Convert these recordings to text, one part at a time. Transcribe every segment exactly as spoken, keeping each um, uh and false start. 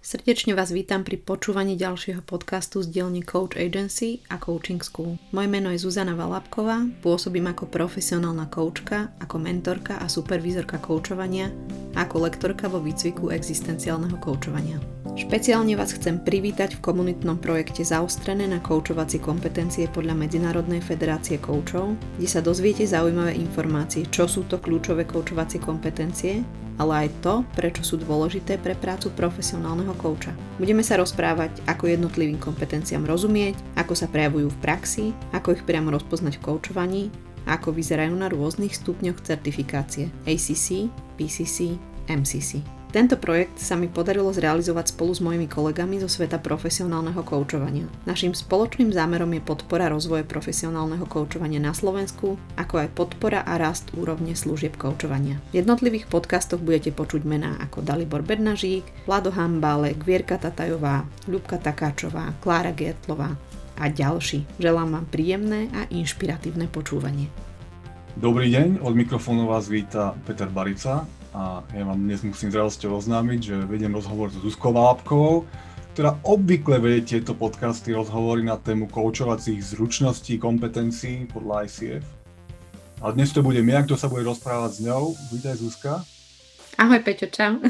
Srdečne vás vítam pri počúvaní ďalšieho podcastu z dielne Coach Agency a Coaching School. Moje meno je Zuzana Valabková, pôsobím ako profesionálna koučka, ako mentorka a supervízorka koučovania a ako lektorka vo výcviku existenciálneho koučovania. Špeciálne vás chcem privítať v komunitnom projekte Zaostrené na koučovacie kompetencie podľa Medzinárodnej federácie koučov, kde sa dozviete zaujímavé informácie, čo sú to kľúčové koučovacie kompetencie, ale aj to, prečo sú dôležité pre prácu profesionálneho kouča. Budeme sa rozprávať, ako jednotlivým kompetenciám rozumieť, ako sa prejavujú v praxi, ako ich priamo rozpoznať v koučovaní a ako vyzerajú na rôznych stupňoch certifikácie A C C, P C C, M C C. Tento projekt sa mi podarilo zrealizovať spolu s mojimi kolegami zo sveta profesionálneho koučovania. Naším spoločným zámerom je podpora rozvoja profesionálneho koučovania na Slovensku, ako aj podpora a rast úrovne služieb koučovania. V jednotlivých podcastoch budete počuť mená ako Dalibor Bednažík, Vlado Hambálek, Vierka Tatajová, Ľubka Takáčová, Klára Gertlová a ďalší. Želám vám príjemné a inšpiratívne počúvanie. Dobrý deň, od mikrofónu vás víta Peter Barica. A ja vám dnes musím s radosťou oznámiť, že vediem rozhovor s Zuzkou Valabkovou, ktorá obvykle vedie tieto podcasty, rozhovory na tému koučovacích zručností, kompetencií podľa I C F. A dnes to budem ja, kto sa bude rozprávať s ňou. Vítaj, Zuzka. Ahoj, Peťo, čau.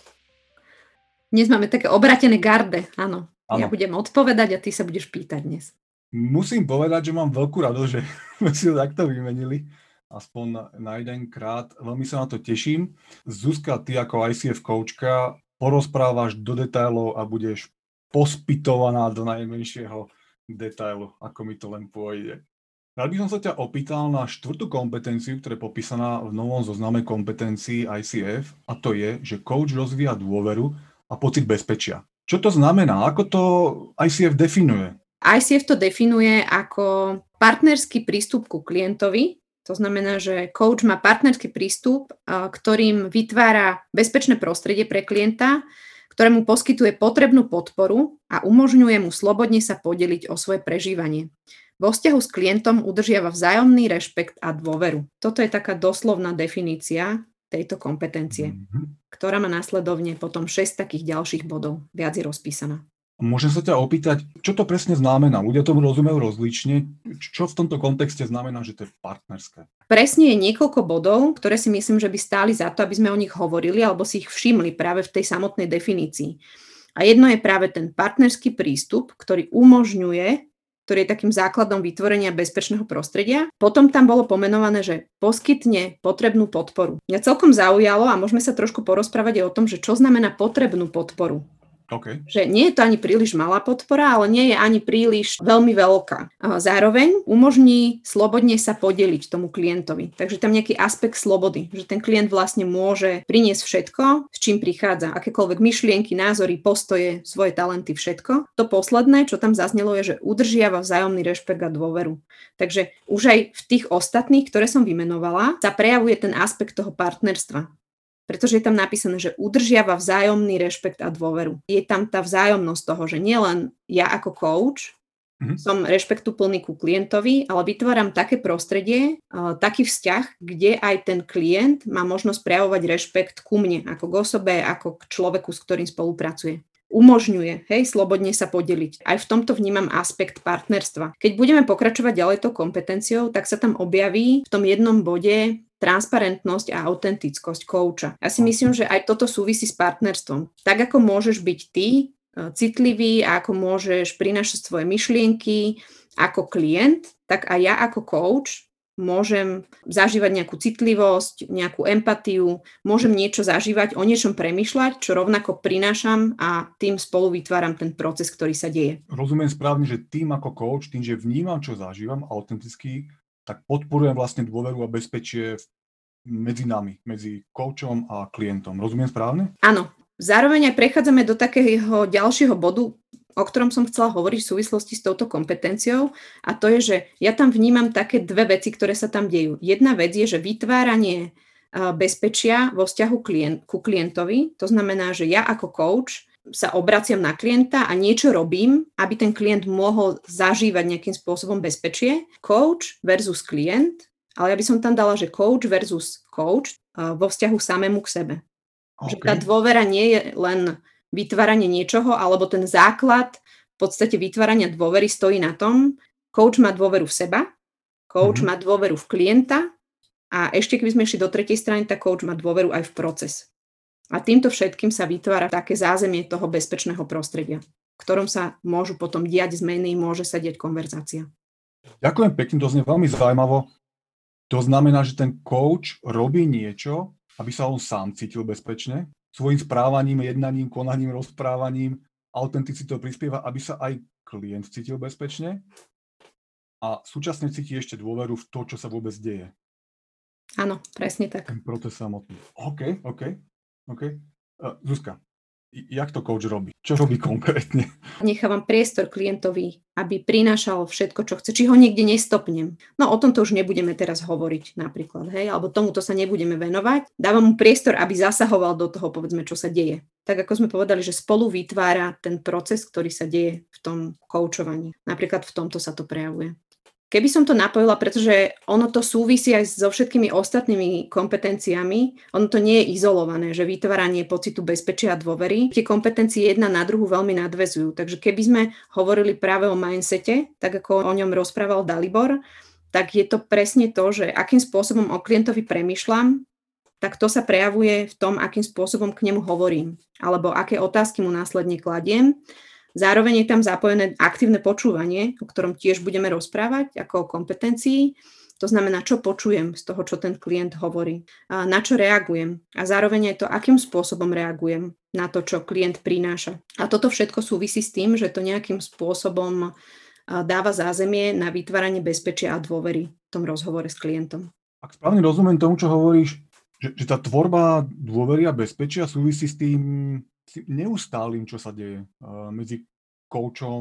Dnes máme také obratené garde, áno. áno. Ja budem odpovedať a ty sa budeš pýtať dnes. Musím povedať, že mám veľkú radosť, že sme si to takto vymenili. Aspoň na, na jeden krát. Veľmi sa na to teším. Zuzka, ty ako I C F koučka porozprávaš do detailov a budeš pospytovaná do najmenšieho detailu, ako mi to len pôjde. Rád by som sa ťa opýtal na štvrtú kompetenciu, ktorá je popísaná v novom zozname kompetencií I C F, a to je, že kouč rozvíja dôveru a pocit bezpečia. Čo to znamená? Ako to I C F definuje? I C F to definuje ako partnerský prístup ku klientovi. To znamená, že coach má partnerský prístup, ktorým vytvára bezpečné prostredie pre klienta, ktorému poskytuje potrebnú podporu a umožňuje mu slobodne sa podeliť o svoje prežívanie. Vo vzťahu s klientom udržiava vzájomný rešpekt a dôveru. Toto je taká doslovná definícia tejto kompetencie, mm-hmm. ktorá má následovne potom šesť takých ďalších bodov. Viac je rozpísaná. Môžem sa ťa opýtať, čo to presne znamená? Ľudia tomu rozumejú rozlične. Čo v tomto kontexte znamená, že to je partnerské? Presne je niekoľko bodov, ktoré si myslím, že by stáli za to, aby sme o nich hovorili alebo si ich všimli práve v tej samotnej definícii. A jedno je práve ten partnerský prístup, ktorý umožňuje, ktorý je takým základom vytvorenia bezpečného prostredia. Potom tam bolo pomenované, že poskytne potrebnú podporu. Mňa celkom zaujalo a môžeme sa trošku porozprávať aj o tom, že čo znamená potrebnú podporu. Okay. Že nie je to ani príliš malá podpora, ale nie je ani príliš veľmi veľká. Zároveň umožní slobodne sa podeliť tomu klientovi. Takže tam nejaký aspekt slobody, že ten klient vlastne môže priniesť všetko, s čím prichádza. Akékoľvek myšlienky, názory, postoje, svoje talenty, všetko. To posledné, čo tam zaznelo, je, že udržiava vzájomný rešpekt a dôveru. Takže už aj v tých ostatných, ktoré som vymenovala, sa prejavuje ten aspekt toho partnerstva. Pretože je tam napísané, že udržiava vzájomný rešpekt a dôveru. Je tam tá vzájomnosť toho, že nielen ja ako coach mm-hmm. som rešpektuplný ku klientovi, ale vytváram také prostredie, taký vzťah, kde aj ten klient má možnosť prejavovať rešpekt ku mne, ako k osobe, ako k človeku, s ktorým spolupracuje. Umožňuje, hej, slobodne sa podeliť. Aj v tomto vnímam aspekt partnerstva. Keď budeme pokračovať ďalej tou kompetenciou, tak sa tam objaví v tom jednom bode transparentnosť a autentickosť kouča. Ja si myslím, že aj toto súvisí s partnerstvom. Tak ako môžeš byť ty citlivý a ako môžeš prinášať svoje myšlienky ako klient, tak aj ja ako coach môžem zažívať nejakú citlivosť, nejakú empatiu, môžem niečo zažívať, o niečom premýšľať, čo rovnako prinášam a tým spolu vytváram ten proces, ktorý sa deje. Rozumiem správne, že tým ako coach, tým, že vnímam, čo zažívam autenticky, tak podporujem vlastne dôveru a bezpečie medzi nami, medzi coachom a klientom. Rozumiem správne? Áno. Zároveň aj prechádzame do takého ďalšieho bodu, o ktorom som chcela hovoriť v súvislosti s touto kompetenciou, a to je, že ja tam vnímam také dve veci, ktoré sa tam dejú. Jedna vec je, že vytváranie bezpečia vo vzťahu klient, ku klientovi, to znamená, že ja ako coach sa obraciam na klienta a niečo robím, aby ten klient mohol zažívať nejakým spôsobom bezpečie. Coach versus klient, ale ja by som tam dala, že coach versus coach vo vzťahu samému k sebe. Okay. Že tá dôvera nie je len vytváranie niečoho, alebo ten základ v podstate vytvárania dôvery stojí na tom, coach má dôveru v seba, coach Mhm. má dôveru v klienta a ešte keby sme išli do tretej strany, tak coach má dôveru aj v proces. A týmto všetkým sa vytvára také zázemie toho bezpečného prostredia, v ktorom sa môžu potom diať zmeny, môže sa diať konverzácia. Ďakujem pekne, to znie veľmi zaujímavo. To znamená, že ten coach robí niečo, aby sa on sám cítil bezpečne, svojím správaním, jednaním, konaním, rozprávaním, autenticitou prispieva, aby sa aj klient cítil bezpečne a súčasne cíti ešte dôveru v to, čo sa vôbec deje. Áno, presne tak. Ten proces samotný. OK, OK, OK. Uh, Zuzka, jak to coach robí? Čo robí konkrétne? Nechávam priestor klientovi, aby prinášal všetko, čo chce. Či ho niekde nestopnem. No o tomto už nebudeme teraz hovoriť napríklad, hej, alebo tomuto sa nebudeme venovať. Dávam mu priestor, aby zasahoval do toho, povedzme, čo sa deje. Tak ako sme povedali, že spolu vytvára ten proces, ktorý sa deje v tom koučovaní. Napríklad v tomto sa to prejavuje. Keby som to napojila, pretože ono to súvisí aj so všetkými ostatnými kompetenciami, ono to nie je izolované, že vytváranie pocitu bezpečia a dôvery. Tie kompetencie jedna na druhú veľmi nadväzujú. Takže keby sme hovorili práve o mindsete, tak ako o ňom rozprával Dalibor, tak je to presne to, že akým spôsobom o klientovi premýšľam, tak to sa prejavuje v tom, akým spôsobom k nemu hovorím, alebo aké otázky mu následne kladiem. Zároveň je tam zapojené aktívne počúvanie, o ktorom tiež budeme rozprávať ako o kompetencii. To znamená, čo počujem z toho, čo ten klient hovorí, a na čo reagujem a zároveň aj to, akým spôsobom reagujem na to, čo klient prináša. A toto všetko súvisí s tým, že to nejakým spôsobom dáva zázemie na vytváranie bezpečia a dôvery v tom rozhovore s klientom. Ak správne rozumiem tomu, čo hovoríš, že, že tá tvorba dôvery a bezpečia súvisí s tým, s tým neustálým, čo sa deje uh, medzi koučom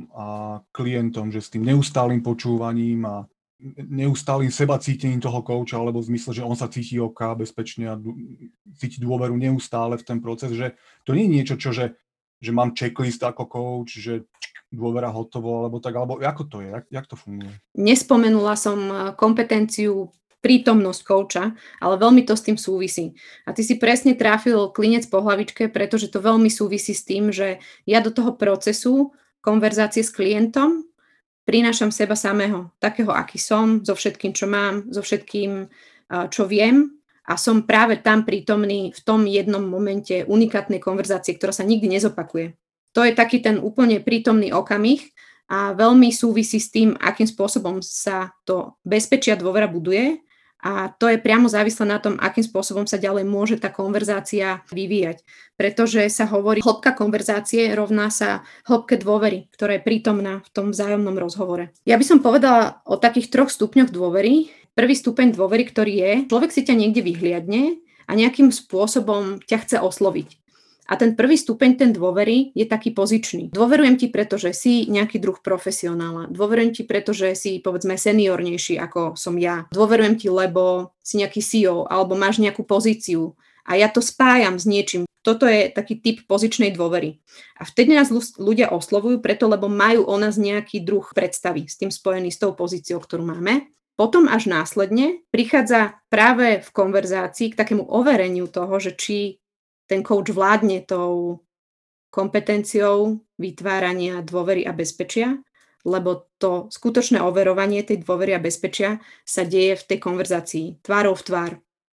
a klientom, že s tým neustálým počúvaním a neustálým sebacítením toho kouča, alebo v zmysle, že on sa cíti OK bezpečne a cíti dôveru neustále v ten proces, že to nie je niečo, čo, že, že mám checklist ako coach, že dôvera hotovo, alebo tak, alebo ako to je, jak, jak to funguje? Nespomenula som kompetenciu prítomnosť kouča, ale veľmi to s tým súvisí. A ty si presne trafil klinec po hlavičke, pretože to veľmi súvisí s tým, že ja do toho procesu konverzácie s klientom prinášam seba samého, takého, aký som, so všetkým, čo mám, so všetkým, čo viem a som práve tam prítomný v tom jednom momente unikátnej konverzácie, ktorá sa nikdy nezopakuje. To je taký ten úplne prítomný okamih a veľmi súvisí s tým, akým spôsobom sa to bezpečia dôvera buduje. A to je priamo závislé na tom, akým spôsobom sa ďalej môže tá konverzácia vyvíjať. Pretože sa hovorí, hĺbka konverzácie rovná sa hĺbke dôvery, ktorá je prítomná v tom vzájomnom rozhovore. Ja by som povedala o takých troch stupňoch dôvery. Prvý stupeň dôvery, ktorý je, človek si ťa niekde vyhliadne a nejakým spôsobom ťa chce osloviť. A ten prvý stupeň, ten dôvery, je taký pozičný. Dôverujem ti, pretože si nejaký druh profesionála. Dôverujem ti, pretože si, povedzme, seniornejší ako som ja. Dôverujem ti, lebo si nejaký sí í ó alebo máš nejakú pozíciu. A ja to spájam s niečím. Toto je taký typ pozičnej dôvery. A vtedy nás ľudia oslovujú preto, lebo majú o nás nejaký druh predstavy s tým spojený s tou pozíciou, ktorú máme. Potom až následne prichádza práve v konverzácii k takému overeniu toho, že či ten coach vládne tou kompetenciou vytvárania dôvery a bezpečia, lebo to skutočné overovanie tej dôvery a bezpečia sa deje v tej konverzácii, tvárou v tvár.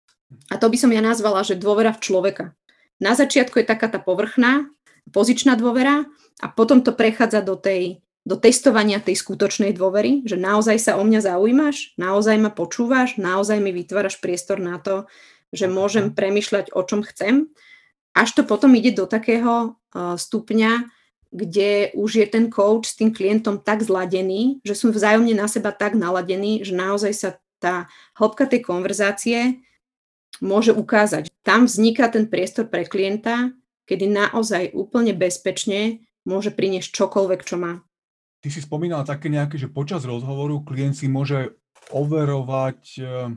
A to by som ja nazvala, že dôvera v človeka. Na začiatku je taká tá povrchná, pozičná dôvera a potom to prechádza do tej, do testovania tej skutočnej dôvery, že naozaj sa o mňa zaujímaš, naozaj ma počúvaš, naozaj mi vytváraš priestor na to, že môžem premýšľať, o čom chcem. Až to potom ide do takého uh, stupňa, kde už je ten coach s tým klientom tak zladený, že sú vzájomne na seba tak naladení, že naozaj sa tá hĺbka tej konverzácie môže ukázať. Tam vzniká ten priestor pre klienta, kedy naozaj úplne bezpečne môže priniesť čokoľvek, čo má. Ty si spomínala také nejaké, že počas rozhovoru klient si môže overovať... Uh...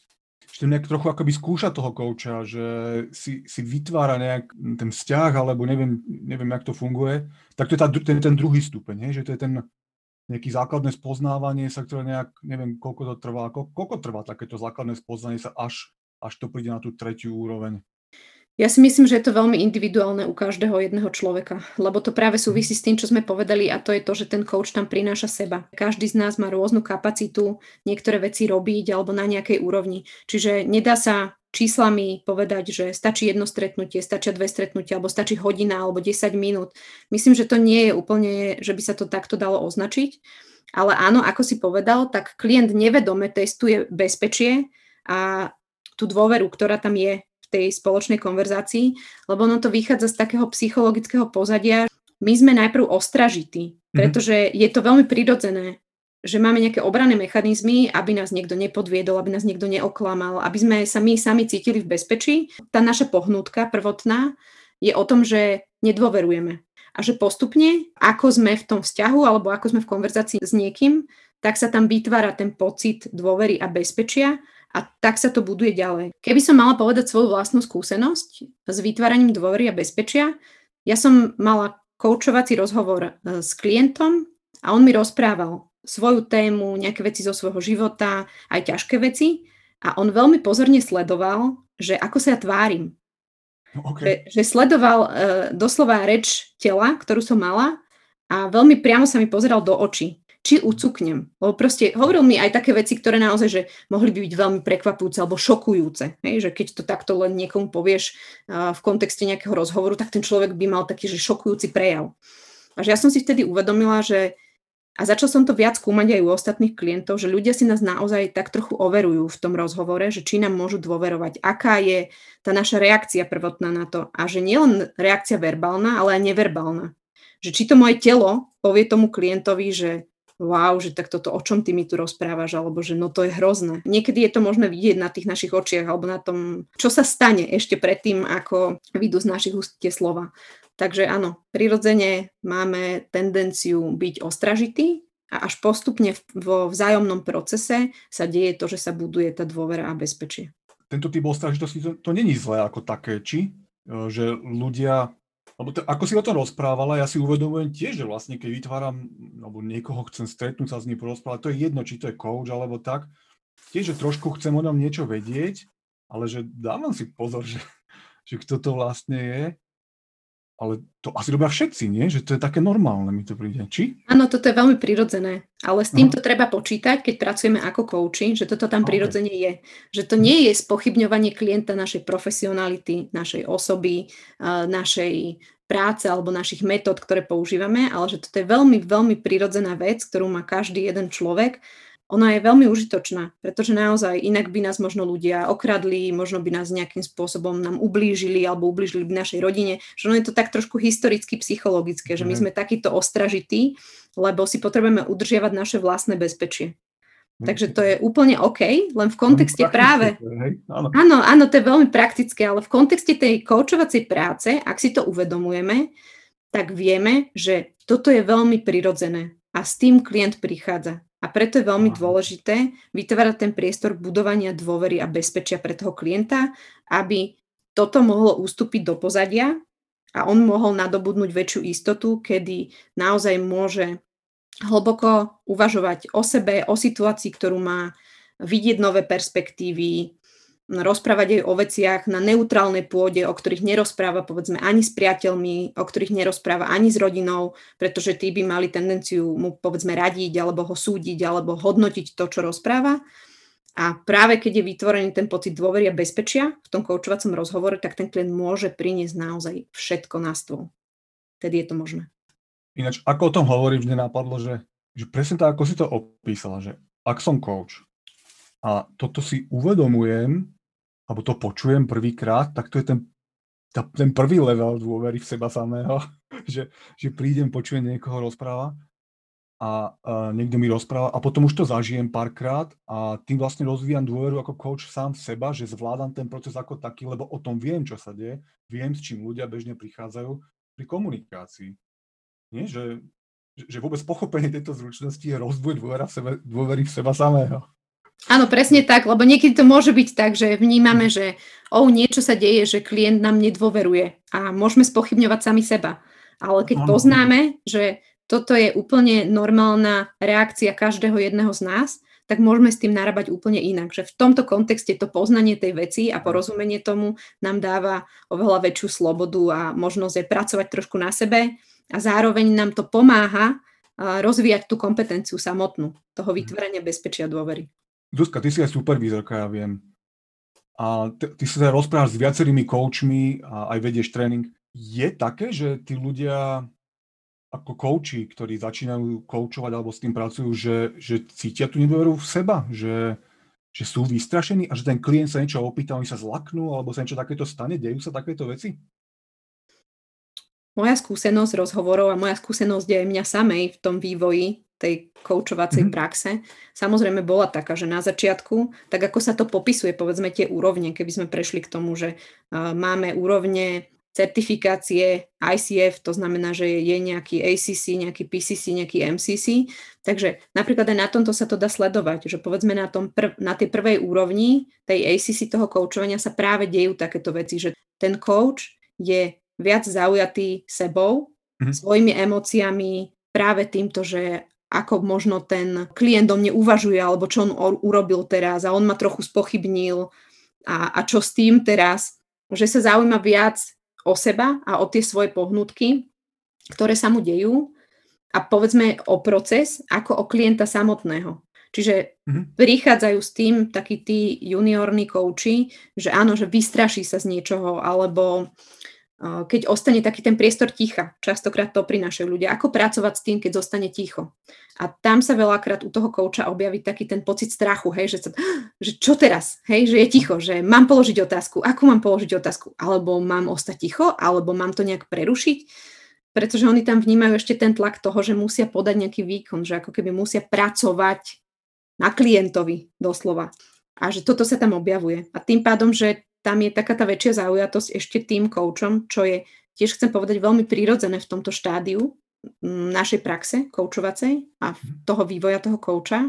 že nejak trochu akoby skúša toho kouča, že si, si vytvára nejak ten vzťah, alebo neviem, neviem, jak to funguje, tak to je tá, ten, ten druhý stupeň, hej? Že to je ten nejaký základné spoznávanie sa, ktoré nejak, neviem, koľko to trvá, koľko, koľko trvá takéto základné spoznanie sa, až, až to príde na tú tretiu úroveň. Ja si myslím, že je to veľmi individuálne u každého jedného človeka, lebo to práve súvisí s tým, čo sme povedali a to je to, že ten coach tam prináša seba. Každý z nás má rôznu kapacitu niektoré veci robiť alebo na nejakej úrovni. Čiže nedá sa číslami povedať, že stačí jedno stretnutie, stačia dve stretnutia, alebo stačí hodina alebo desať minút. Myslím, že to nie je úplne, že by sa to takto dalo označiť. Ale áno, ako si povedal, tak klient nevedome testuje bezpečie a tú dôveru, ktorá tam je v tej spoločnej konverzácii, lebo ono to vychádza z takého psychologického pozadia. My sme najprv ostražití, pretože je to veľmi prirodzené, že máme nejaké obranné mechanizmy, aby nás niekto nepodviedol, aby nás niekto neoklamal, aby sme sa my sami cítili v bezpečí. Tá naša pohnutka prvotná je o tom, že nedôverujeme. A že postupne, ako sme v tom vzťahu alebo ako sme v konverzácii s niekým, tak sa tam vytvára ten pocit dôvery a bezpečia a tak sa to buduje ďalej. Keby som mala povedať svoju vlastnú skúsenosť s vytváraním dôvery a bezpečia, ja som mala koučovací rozhovor s klientom a on mi rozprával svoju tému, nejaké veci zo svojho života, aj ťažké veci a on veľmi pozorne sledoval, že ako sa ja tvárim. Okay. Že, že sledoval uh, doslova reč tela, ktorú som mala a veľmi priamo sa mi pozeral do očí. Či ucuknem. Lebo proste hovoril mi aj také veci, ktoré naozaj, že mohli by byť veľmi prekvapujúce alebo šokujúce. Hej? Že keď to takto len niekomu povieš uh, v kontexte nejakého rozhovoru, tak ten človek by mal taký, že šokujúci prejav. A že ja som si vtedy uvedomila, že a začal som to viac skúmať aj u ostatných klientov, že ľudia si nás naozaj tak trochu overujú v tom rozhovore, že či nám môžu dôverovať, aká je tá naša reakcia prvotná na to. A že nielen reakcia verbálna, ale aj neverbálna. Že či to moje telo povie tomu klientovi, že wow, že tak toto o čom ty mi tu rozprávaš, alebo že no to je hrozné. Niekedy je to možné vidieť na tých našich očiach, alebo na tom, čo sa stane ešte predtým, ako vyjdú z našich úst tie slova. Takže áno, prirodzene máme tendenciu byť ostražití a až postupne vo vzájomnom procese sa deje to, že sa buduje tá dôvera a bezpečie. Tento typ ostražitosti, to, to není zlé ako také, či? Že ľudia, alebo to, ako si o tom rozprávala, ja si uvedomujem tiež, že vlastne keď vytváram, alebo niekoho chcem stretnúť sa s ním porozprávať, to je jedno, či to je coach alebo tak, tiež, že trošku chcem o ňom niečo vedieť, ale že dávam si pozor, že, že kto to vlastne je. Ale to asi robia všetci, nie? Že to je také normálne, mi to príde. Či? Áno, toto je veľmi prirodzené. Ale s týmto Aha. treba počítať, keď pracujeme ako kouči, že toto tam prirodzene je. Že to nie je spochybňovanie klienta našej profesionality, našej osoby, našej práce alebo našich metód, ktoré používame, ale že toto je veľmi, veľmi prirodzená vec, ktorú má každý jeden človek. Ona je veľmi užitočná, pretože naozaj inak by nás možno ľudia okradli, možno by nás nejakým spôsobom nám ublížili alebo ublížili by našej rodine. Že ono je to tak trošku historicky psychologické, že my sme takíto ostražití, lebo si potrebujeme udržiavať naše vlastné bezpečie. Takže to je úplne OK, len v kontexte práve... Áno. áno, áno, to je veľmi praktické, ale v kontexte tej koučovacej práce, ak si to uvedomujeme, tak vieme, že toto je veľmi prirodzené a s tým klient prichádza. A preto je veľmi dôležité vytvárať ten priestor budovania dôvery a bezpečia pre toho klienta, aby toto mohlo ustúpiť do pozadia a on mohol nadobudnúť väčšiu istotu, kedy naozaj môže hlboko uvažovať o sebe, o situácii, ktorú má, vidieť nové perspektívy, rozprávať aj o veciach na neutrálnej pôde, o ktorých nerozpráva povedzme ani s priateľmi, o ktorých nerozpráva ani s rodinou, pretože tí by mali tendenciu mu povedzme radiť alebo ho súdiť alebo hodnotiť to, čo rozpráva. A práve keď je vytvorený ten pocit dôvery a bezpečia v tom koučovacom rozhovore, tak ten klient môže priniesť naozaj všetko na stôl. Tedy je to možné. Ináč, ako o tom hovorím, mne napadlo, že, že presne tak, ako si to opísala, že ak som coach a toto si uvedomujem, alebo to počujem prvýkrát, tak to je ten, ten prvý level dôvery v seba samého, že, že prídem, počujem niekoho rozpráva a, a niekto mi rozpráva a potom už to zažijem párkrát a tým vlastne rozvíjam dôveru ako coach sám v seba, že zvládam ten proces ako taký, lebo o tom viem, čo sa deje, viem, s čím ľudia bežne prichádzajú pri komunikácii. Nie? Že, že vôbec pochopenie tejto zručnosti je rozvoj dôvera v sebe, dôvery v seba samého. Áno, presne tak, lebo niekedy to môže byť tak, že vnímame, že oh, niečo sa deje, že klient nám nedôveruje a môžeme spochybňovať sami seba. Ale keď poznáme, že toto je úplne normálna reakcia každého jedného z nás, tak môžeme s tým narábať úplne inak. Že v tomto kontexte to poznanie tej veci a porozumenie tomu nám dáva oveľa väčšiu slobodu a možnosť aj pracovať trošku na sebe a zároveň nám to pomáha rozvíjať tú kompetenciu samotnú, toho vytvárania bezpečia dôvery. Zuzka, ty si aj supervízorka, ja viem. A ty, ty sa rozprávaš s viacerými koučmi a aj vedieš tréning. Je také, že tí ľudia ako kouči, ktorí začínajú koučovať alebo s tým pracujú, že, že cítia tú nedôveru v seba, že, že sú vystrašení a že ten klient sa niečo opýta, oni sa zlaknú alebo sa niečo takéto stane? Dejú sa takéto veci? Moja skúsenosť rozhovorov a moja skúsenosť aj mňa samej v tom vývoji tej koučovacej Mhm. praxe samozrejme bola taká, že na začiatku, tak ako sa to popisuje, povedzme tie úrovne, keby sme prešli k tomu, že uh, máme úrovne certifikácie I C F, to znamená, že je nejaký A C C, nejaký P C C, nejaký M C C. Takže napríklad aj na tomto sa to dá sledovať, že povedzme na, tom prv, na tej prvej úrovni tej A C C toho koučovania sa práve dejú takéto veci, že ten coach je viac zaujatý sebou, Mhm. svojimi emóciami, práve týmto, že ako možno ten klient o mne uvažuje, alebo čo on urobil teraz a on ma trochu spochybnil a, a čo s tým teraz, že sa zaujíma viac o seba a o tie svoje pohnutky, ktoré sa mu dejú a povedzme o proces ako o klienta samotného. Čiže Mhm. prichádzajú s tým takí tí juniorní kouči, že áno, že vystraší sa z niečoho, alebo uh, keď ostane taký ten priestor ticha, častokrát to prinášajú ľudia, ako pracovať s tým, keď zostane ticho. A tam sa veľakrát u toho kouča objaví taký ten pocit strachu, hej, že, sa, že čo teraz, hej, že je ticho, že mám položiť otázku, ako mám položiť otázku, alebo mám ostať ticho, alebo mám to nejak prerušiť, pretože oni tam vnímajú ešte ten tlak toho, že musia podať nejaký výkon, že ako keby musia pracovať na klientovi doslova. A že toto sa tam objavuje. A tým pádom, že tam je taká tá väčšia zaujatosť ešte tým koučom, čo je, tiež chcem povedať, veľmi prirodzené v tomto štádiu našej praxe koučovacej a toho vývoja toho kouča,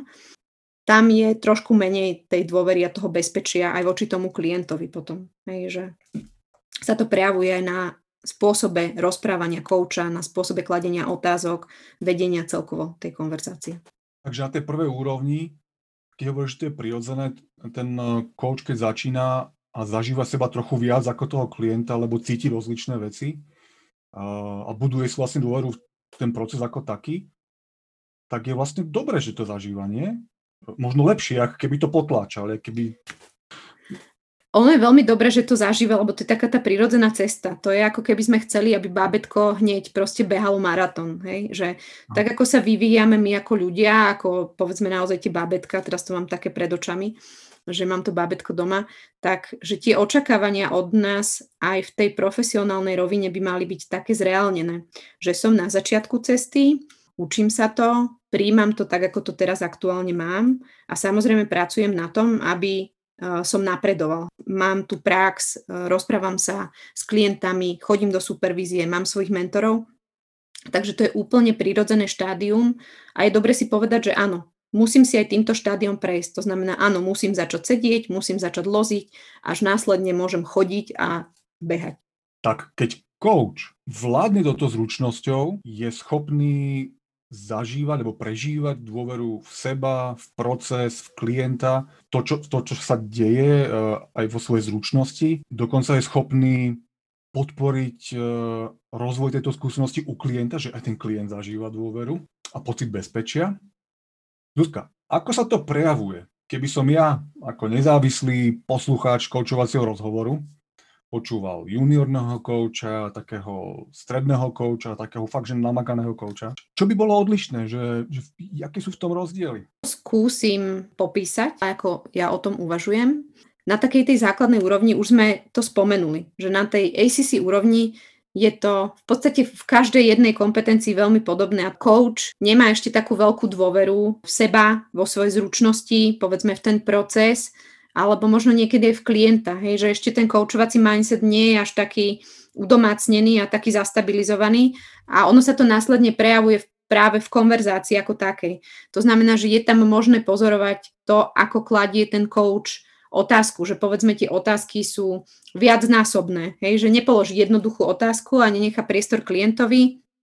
tam je trošku menej tej dôvery a toho bezpečia aj voči tomu klientovi potom. Hej, že sa to prejavuje aj na spôsobe rozprávania kouča, na spôsobe kladenia otázok, vedenia celkovo tej konverzácie. Takže na tej prvej úrovni, keď hovoríš, že to je prirodzené, ten kouč, keď začína a zažíva seba trochu viac ako toho klienta, lebo cíti rozličné veci a buduje si vlastne dôveru v ten proces ako taký, tak je vlastne dobré, že to zažíva, nie? Možno lepšie, ako keby to potláčal, ale keby... Ono je veľmi dobré, že to zažíva, lebo to je taká tá prirodzená cesta. To je ako keby sme chceli, aby bábätko hneď proste behalo maratón. Hej? Že No. tak ako sa vyvíjame my ako ľudia, ako povedzme naozaj tie bábätka, teraz to mám také pred očami, že mám to bábätko doma, tak že tie očakávania od nás aj v tej profesionálnej rovine by mali byť také zreálnené. Že som na začiatku cesty, učím sa to, príjmam to tak, ako to teraz aktuálne mám a samozrejme pracujem na tom, aby som napredoval. Mám tu prax, rozprávam sa s klientami, chodím do supervízie, mám svojich mentorov, takže to je úplne prirodzené štádium a je dobre si povedať, že áno, musím si aj týmto štádiom prejsť. To znamená, áno, musím začať sedieť, musím začať loziť, až následne môžem chodiť a behať. Tak keď coach vládne toto zručnosťou, je schopný zažívať alebo prežívať dôveru v seba, v proces, v klienta, to, čo, to, čo sa deje uh, aj vo svojej zručnosti. Dokonca je schopný podporiť uh, rozvoj tejto skúsenosti u klienta, že aj ten klient zažíva dôveru a pocit bezpečia. Zuzka, ako sa to prejavuje? Keby som ja ako nezávislý poslucháč koučovacieho rozhovoru počúval juniorného kouča, takého stredného kouča, takého fakt, že namakaného kouča. Čo by bolo odlišné? Že, že, aké sú v tom rozdiely? Skúsim popísať, ako ja o tom uvažujem. Na takej tej základnej úrovni už sme to spomenuli, že na tej A C C úrovni je to v podstate v každej jednej kompetencii veľmi podobné a coach nemá ešte takú veľkú dôveru v seba, vo svojej zručnosti, povedzme v ten proces, alebo možno niekedy aj v klienta, hej, že ešte ten koučovací mindset nie je až taký udomácnený a taký zastabilizovaný a ono sa to následne prejavuje práve v konverzácii ako takej. To znamená, že je tam možné pozorovať to, ako kladie ten coach otázku, že povedzme tie otázky sú viacnásobné, hej, že nepoloží jednoduchú otázku a nenechá priestor klientovi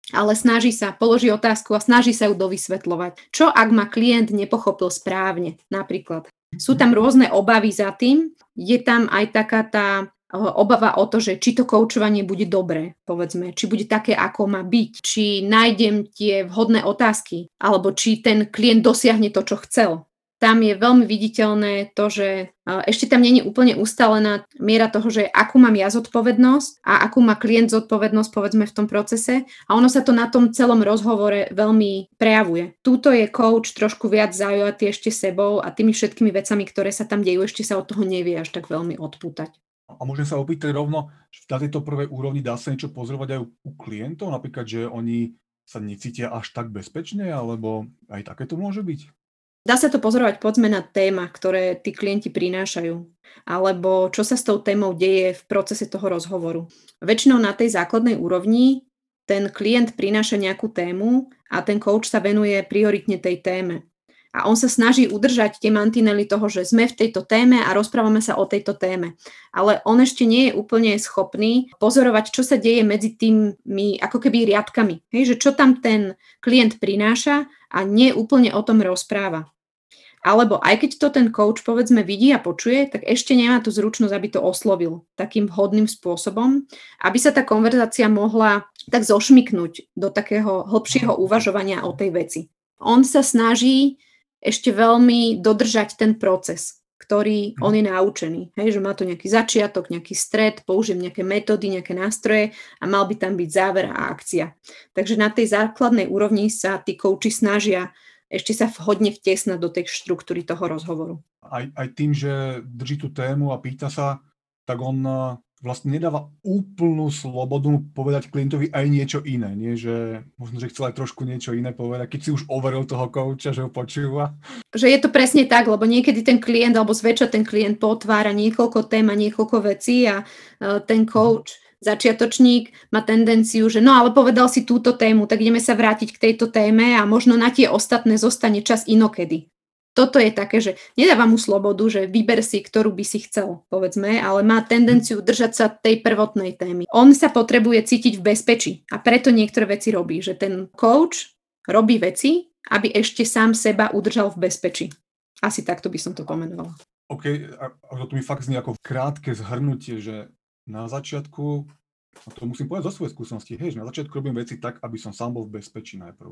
ale snaží sa, položí otázku a snaží sa ju dovysvetľovať. Čo ak ma klient nepochopil správne, napríklad. Sú tam rôzne obavy za tým, je tam aj taká tá obava o to, že či to koučovanie bude dobré, povedzme, či bude také, ako má byť, či nájdem tie vhodné otázky, alebo či ten klient dosiahne to, čo chcel. Tam je veľmi viditeľné to, že ešte tam nie je úplne ustalená miera toho, že akú mám ja zodpovednosť a akú má klient zodpovednosť, povedzme, v tom procese. A ono sa to na tom celom rozhovore veľmi prejavuje. Túto je coach trošku viac zaujatý ešte sebou a tými všetkými vecami, ktoré sa tam dejú, ešte sa od toho nevie až tak veľmi odpútať. A môžem sa opýtať rovno, na tejto prvej úrovni dá sa niečo pozorovať aj u klientov? Napríklad, že oni sa necítia až tak bezpečne, alebo aj takéto môže byť? Dá sa to pozorovať, povedzme, na témach, ktoré tí klienti prinášajú, alebo čo sa s tou témou deje v procese toho rozhovoru. Väčšinou na tej základnej úrovni ten klient prináša nejakú tému a ten coach sa venuje prioritne tej téme. A on sa snaží udržať tie mantinely toho, že sme v tejto téme a rozprávame sa o tejto téme. Ale on ešte nie je úplne schopný pozorovať, čo sa deje medzi tými ako keby riadkami. Hej, že čo tam ten klient prináša a nie úplne o tom rozpráva. Alebo aj keď to ten coach, povedzme, vidí a počuje, tak ešte nemá tú zručnosť, aby to oslovil takým vhodným spôsobom, aby sa tá konverzácia mohla tak zošmyknúť do takého hlbšieho uvažovania o tej veci. On sa snaží ešte veľmi dodržať ten proces, ktorý on je naučený. Hej, že má to nejaký začiatok, nejaký stred, použijem nejaké metódy, nejaké nástroje a mal by tam byť záver a akcia. Takže na tej základnej úrovni sa tí coachi snažia ešte sa vhodne vtiesnať do tej štruktúry toho rozhovoru. Aj, aj tým, že drží tú tému a pýta sa, tak on vlastne nedáva úplnú slobodu povedať klientovi aj niečo iné. Nie, že možno, že chcel aj trošku niečo iné povedať, keď si už overil toho kouča, že ho počúva. Že je to presne tak, lebo niekedy ten klient, alebo zväčša ten klient potvára niekoľko tém a niekoľko vecí a ten coach, začiatočník má tendenciu, že no ale povedal si túto tému, tak ideme sa vrátiť k tejto téme a možno na tie ostatné zostane čas inokedy. Toto je také, že nedáva mu slobodu, že vyber si, ktorú by si chcel, povedzme, ale má tendenciu držať sa tej prvotnej témy. On sa potrebuje cítiť v bezpečí a preto niektoré veci robí, že ten coach robí veci, aby ešte sám seba udržal v bezpečí. Asi takto by som to pomenovala. OK, a to mi fakt znie ako krátke zhrnutie, že na začiatku, a to musím povedať zo svojej skúsenosti, hej, na začiatku robím veci tak, aby som sám bol v bezpečí najprv.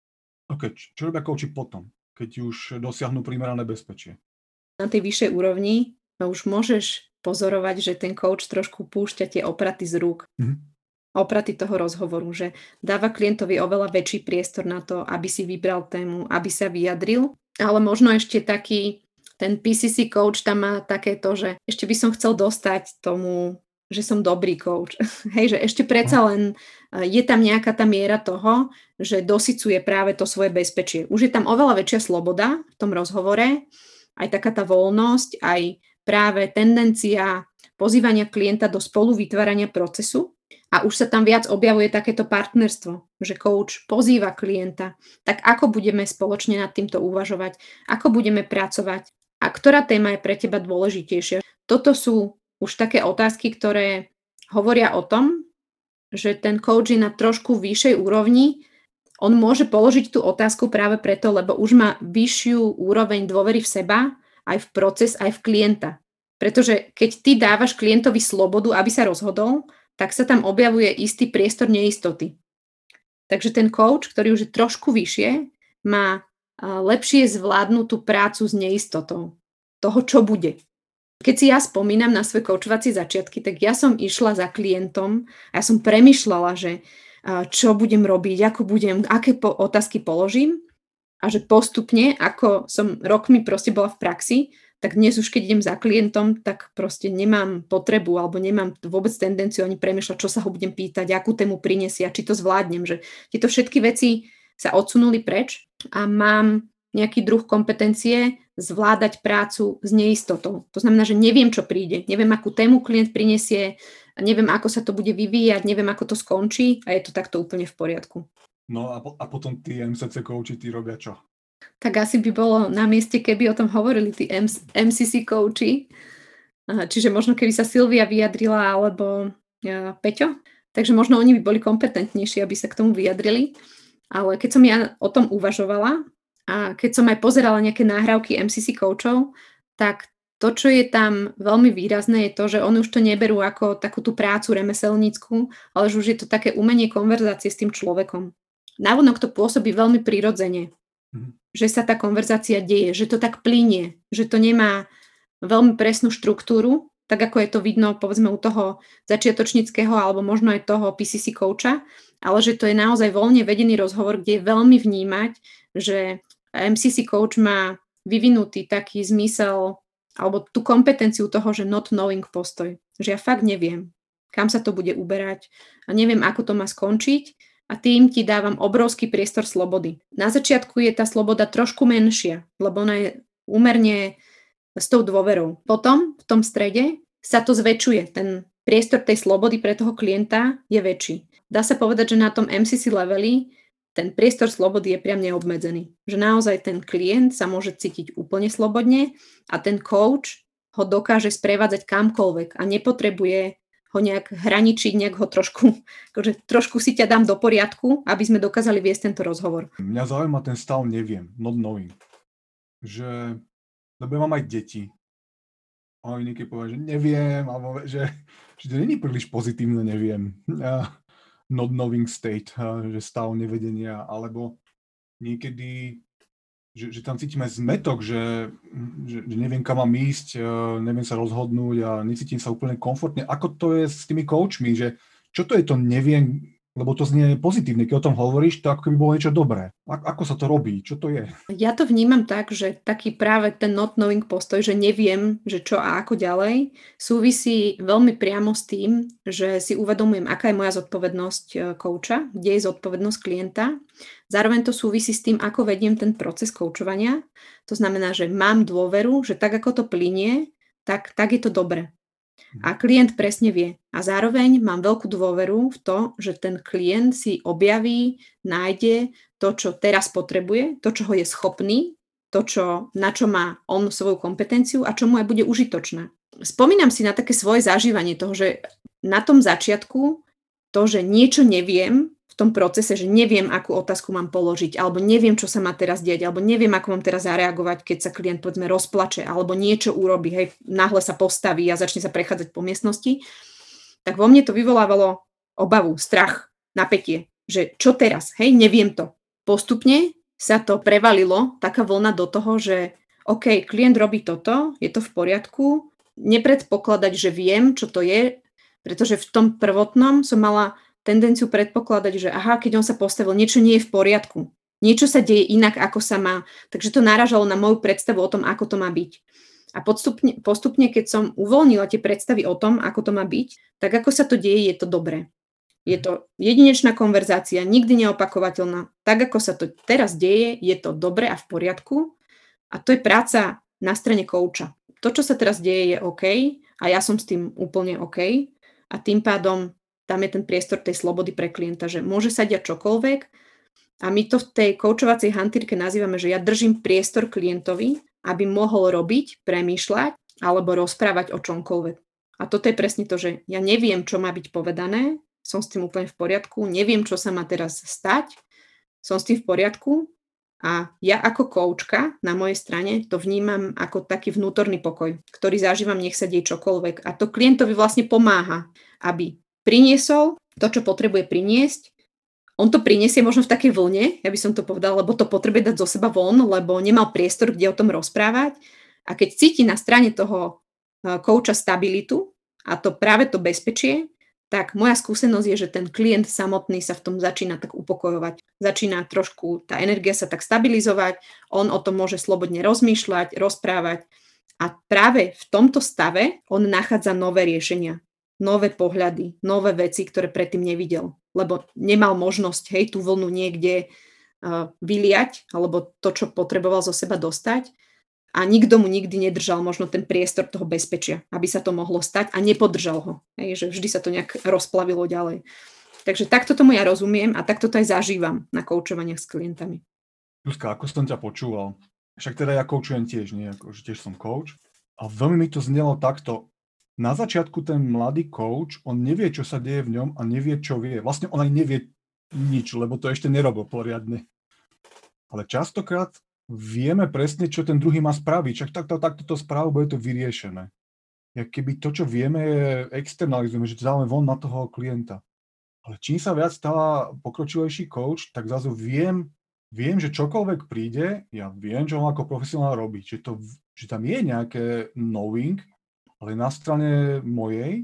OK, čo robia coachi potom, keď už dosiahnu primerané bezpečie? Na tej vyššej úrovni už môžeš pozorovať, že ten coach trošku púšťa tie opraty z rúk. Mm-hmm. Opraty toho rozhovoru, že dáva klientovi oveľa väčší priestor na to, aby si vybral tému, aby sa vyjadril, ale možno ešte taký, ten pé cé cé coach tam má takéto, že ešte by som chcel dostať tomu, že som dobrý coach. Hej, že ešte predsa len je tam nejaká tá miera toho, že dosycuje práve to svoje bezpečie. Už je tam oveľa väčšia sloboda v tom rozhovore, aj taká tá voľnosť, aj práve tendencia pozývania klienta do spoluvytvárania procesu a už sa tam viac objavuje takéto partnerstvo, že coach pozýva klienta, tak ako budeme spoločne nad týmto uvažovať, ako budeme pracovať a ktorá téma je pre teba dôležitejšia. Toto sú už také otázky, ktoré hovoria o tom, že ten coach je na trošku vyššej úrovni. On môže položiť tú otázku práve preto, lebo už má vyššiu úroveň dôvery v seba, aj v proces, aj v klienta. Pretože keď ty dávaš klientovi slobodu, aby sa rozhodol, tak sa tam objavuje istý priestor neistoty. Takže ten coach, ktorý už je trošku vyššie, má lepšie zvládnutú prácu s neistotou toho, čo bude. Keď si ja spomínam na svoje koučovacie začiatky, tak ja som išla za klientom a ja som premýšľala, že čo budem robiť, ako budem, aké po- otázky položím a že postupne, ako som rokmi proste bola v praxi, tak dnes už keď idem za klientom, tak proste nemám potrebu alebo nemám vôbec tendenciu ani premýšľať, čo sa ho budem pýtať, akú tému prinesie a či to zvládnem, že tieto všetky veci sa odsunuli preč a mám nejaký druh kompetencie zvládať prácu s neistotou. To znamená, že neviem, čo príde, neviem, akú tému klient prinesie, neviem, ako sa to bude vyvíjať, neviem, ako to skončí a je to takto úplne v poriadku. No a, po, a potom tí em cé cé coachi, tí robia čo? Tak asi by bolo na mieste, keby o tom hovorili tí em cé cé coachi. Čiže možno keby sa Silvia vyjadrila, alebo Peťo. takže možno oni by boli kompetentnejší, aby sa k tomu vyjadrili. Ale keď som ja o tom uvažovala a keď som aj pozerala nejaké nahrávky em sí sí coachov, tak to, čo je tam veľmi výrazné, je to, že oni už to neberú ako takú tú prácu remeselnícku, ale že už je to také umenie konverzácie s tým človekom. Návonok to pôsobí veľmi prirodzene, Mhm. že sa tá konverzácia deje, že to tak plynie, že to nemá veľmi presnú štruktúru, tak ako je to vidno povedzme u toho začiatočníckeho alebo možno aj toho pé sí sí coacha, ale že to je naozaj voľne vedený rozhovor, kde je veľmi vnímať, že em sí sí coach má vyvinutý taký zmysel alebo tú kompetenciu toho, že not knowing postoj, že ja fakt neviem, kam sa to bude uberať a neviem, ako to má skončiť a tým ti dávam obrovský priestor slobody. Na začiatku je tá sloboda trošku menšia, lebo ona je úmerne s tou dôverou. Potom v tom strede sa to zväčšuje. Ten priestor tej slobody pre toho klienta je väčší. Dá sa povedať, že na tom em sí sí leveli ten priestor slobody je priam neobmedzený. Že naozaj ten klient sa môže cítiť úplne slobodne a ten coach ho dokáže sprevádzať kamkoľvek a nepotrebuje ho nejak hraničiť, nejak ho trošku, akože trošku si ťa dám do poriadku, aby sme dokázali viesť tento rozhovor. Mňa zaujíma ten stav neviem, not knowing. Že, lebo ja mám aj deti. A oni niekedy povedia, že neviem, alebo že, že to není príliš pozitívne, neviem. Uh, not knowing state, uh, že stav nevedenia, alebo niekedy, že, že tam cítime zmetok, že, že, že neviem, kam mám ísť, uh, neviem sa rozhodnúť a necítim sa úplne komfortne. Ako to je s tými coachmi, že čo to je to neviem, lebo to znie pozitívne, keď o tom hovoríš, to ako keby bolo niečo dobré. A- ako sa to robí? Čo to je? Ja to vnímam tak, že taký práve ten not knowing postoj, že neviem, že čo a ako ďalej, súvisí veľmi priamo s tým, že si uvedomujem, aká je moja zodpovednosť kouča, kde je zodpovednosť klienta. Zároveň to súvisí s tým, ako vediem ten proces koučovania. To znamená, že mám dôveru, že tak, ako to plynie, tak, tak je to dobre. A klient presne vie. A zároveň mám veľkú dôveru v to, že ten klient si objaví, nájde to, čo teraz potrebuje, to, čo ho je schopný, to, čo, na čo má on svoju kompetenciu a čo mu aj bude užitočné. Spomínam si na také svoje zažívanie toho, že na tom začiatku to, že niečo neviem v tom procese, že neviem, akú otázku mám položiť, alebo neviem, čo sa má teraz diať, alebo neviem, ako mám teraz zareagovať, keď sa klient, povedzme, rozplače, alebo niečo urobí, hej, náhle sa postaví a začne sa prechádzať po miestnosti, tak vo mne to vyvolávalo obavu, strach, napätie, že čo teraz, hej, neviem to. Postupne sa to prevalilo, taká vlna do toho, že OK, klient robí toto, je to v poriadku, nepredpokladať, že viem, čo to je, pretože v tom prvotnom som mala tendenciu predpokladať, že aha, keď on sa postavil, niečo nie je v poriadku. Niečo sa deje inak, ako sa má. Takže to náražalo na moju predstavu o tom, ako to má byť. A postupne, postupne, keď som uvoľnila tie predstavy o tom, ako to má byť, tak ako sa to deje, je to dobré. Je to jedinečná konverzácia, nikdy neopakovateľná. Tak, ako sa to teraz deje, je to dobré a v poriadku. A to je práca na strane kouča. To, čo sa teraz deje, je OK a ja som s tým úplne OK. A tým pádom tam je ten priestor tej slobody pre klienta, že môže sa diať čokoľvek a my to v tej koučovacej hantýrke nazývame, že ja držím priestor klientovi, aby mohol robiť, premýšľať alebo rozprávať o čomkoľvek. A toto je presne to, že ja neviem, čo má byť povedané, som s tým úplne v poriadku, neviem, čo sa má teraz stať, som s tým v poriadku a ja ako koučka na mojej strane to vnímam ako taký vnútorný pokoj, ktorý zažívam, nech sa deje čokoľvek. A to klientovi vlastne pomáha, aby priniesol to, čo potrebuje priniesť. On to priniesie možno v takej vlne, ja by som to povedala, lebo to potrebuje dať zo seba von, lebo nemal priestor, kde o tom rozprávať. A keď cíti na strane toho kouča stabilitu, a to práve to bezpečie, tak moja skúsenosť je, že ten klient samotný sa v tom začína tak upokojovať. Začína trošku, tá energia sa tak stabilizovať, on o tom môže slobodne rozmýšľať, rozprávať. A práve v tomto stave on nachádza nové riešenia, nové pohľady, nové veci, ktoré predtým nevidel. Lebo nemal možnosť, hej, tú vlnu niekde uh, vyliať, alebo to, čo potreboval zo seba dostať. A nikto mu nikdy nedržal možno ten priestor toho bezpečia, aby sa to mohlo stať a nepodržal ho. Hej, že vždy sa to nejak rozplavilo ďalej. Takže takto tomu ja rozumiem a takto to aj zažívam na koučovaniach s klientami. Zuzka, ako som ťa počúval, však teda ja koučujem tiež, nie? Ako, že tiež som coach. A veľmi mi to znelo takto, Na začiatku ten mladý coach, on nevie, čo sa deje v ňom a nevie, čo vie. Vlastne on aj nevie nič, lebo to ešte nerobil poriadne. Ale častokrát vieme presne, čo ten druhý má spraviť. Však takto, takto to správu, bude to vyriešené. Jak keby to, čo vieme, externalizujeme, že to dáme von na toho klienta. Ale čím sa viac stáva pokročilejší coach, tak zrazu viem, viem, že čokoľvek príde, ja viem, čo mám ako profesionál robiť. Že, to, že tam je nejaké knowing, ale na strane mojej